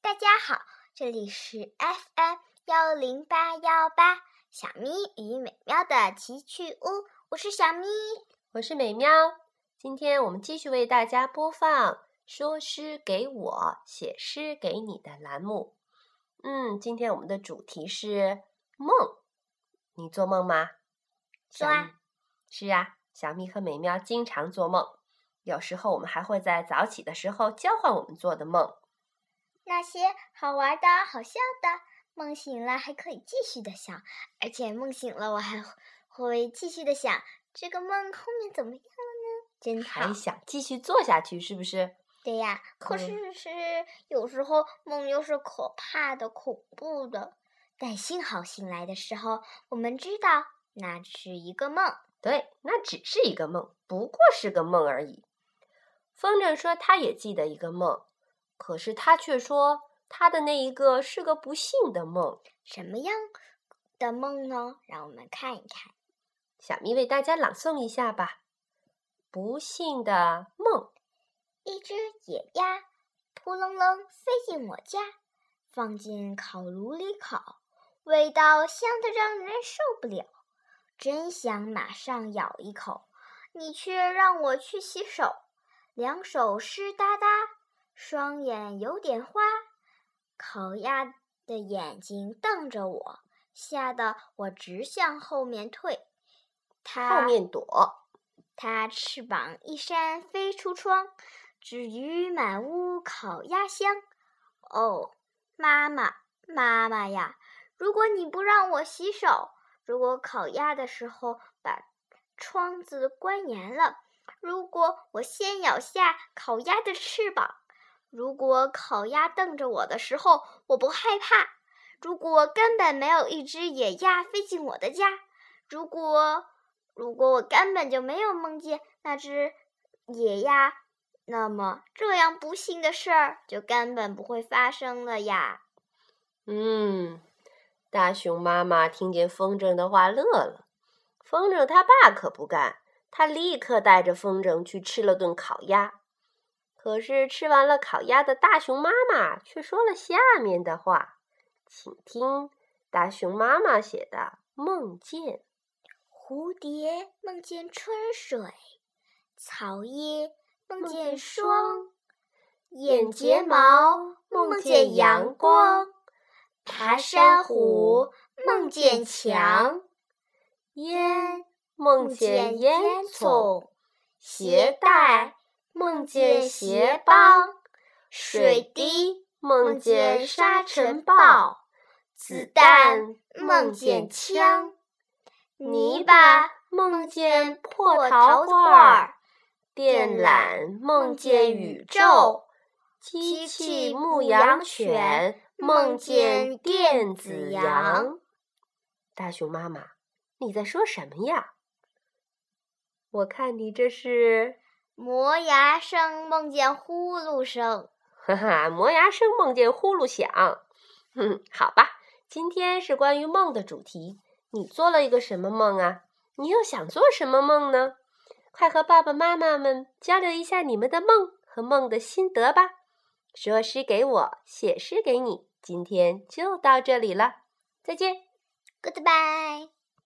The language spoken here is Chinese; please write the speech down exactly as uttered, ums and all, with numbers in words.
大家好，这里是 F M 幺零八幺八小咪与美妙的奇趣屋，我是小咪， 我是美妙。今天我们继续为大家播放说诗给我，写诗给你的栏目。嗯，今天我们的主题是梦。你做梦吗？ 做啊。 是啊，小咪和美妙经常做梦，有时候我们还会在早起的时候交换我们做的梦。 那些好玩的、好笑的，梦醒了还可以继续的想，而且梦醒了我还会继续的想，这个梦后面怎么样了呢？真好， 还想继续做下去，是不是？ 对呀，可是是有时候梦又是可怕的、恐怖的，但幸好醒来的时候，我们知道那只是一个梦。 对，那只是一个梦，不过是个梦而已。风筝说他也记得一个梦，可是他却说他的那一个是个不幸的梦。 什么样的梦呢？让我们看一看。 小咪为大家朗诵一下吧。不幸的梦。 一只野鸭扑棱棱飞进我家，放进烤炉里烤，味道香得让人受不了，真想马上咬一口，你却让我去洗手，两手湿哒哒，双眼有点花，烤鸭的眼睛瞪着我，吓得我直向后面退。它后面躲。 它翅膀一扇飞出窗，至于满屋烤鸭香。哦，妈妈，妈妈呀，如果你不让我洗手，如果烤鸭的时候把窗子关严了，如果我先咬下烤鸭的翅膀，如果烤鸭瞪着我的时候我不害怕，如果根本没有一只野鸭飞进我的家，如果如果我根本就没有梦见那只野鸭，那么这样不幸的事儿就根本不会发生了呀。 嗯，大熊妈妈听见风筝的话乐了。风筝他爸可不干，他立刻带着风筝去吃了顿烤鸭。可是吃完了烤鸭的大熊妈妈却说了下面的话，请听大熊妈妈写的梦见。 蝴蝶梦见春水，草叶梦见霜，眼睫毛梦见阳光，爬山虎梦见墙， 烟梦见烟囱， 鞋带梦见鞋帮，水滴梦见沙尘暴，子弹梦见枪，泥巴梦见破陶罐，电缆梦见宇宙，机器牧羊犬梦见电子羊。 大熊妈妈，你在说什么呀？我看你这是磨牙声梦见呼噜声。 哈哈，磨牙声梦见呼噜响。哼，好吧，今天是关于梦的主题。你做了一个什么梦啊？你又想做什么梦呢？快和爸爸妈妈们交流一下你们的梦和梦的心得吧。说诗给我，写诗给你，今天就到这里了，再见。 Goodbye。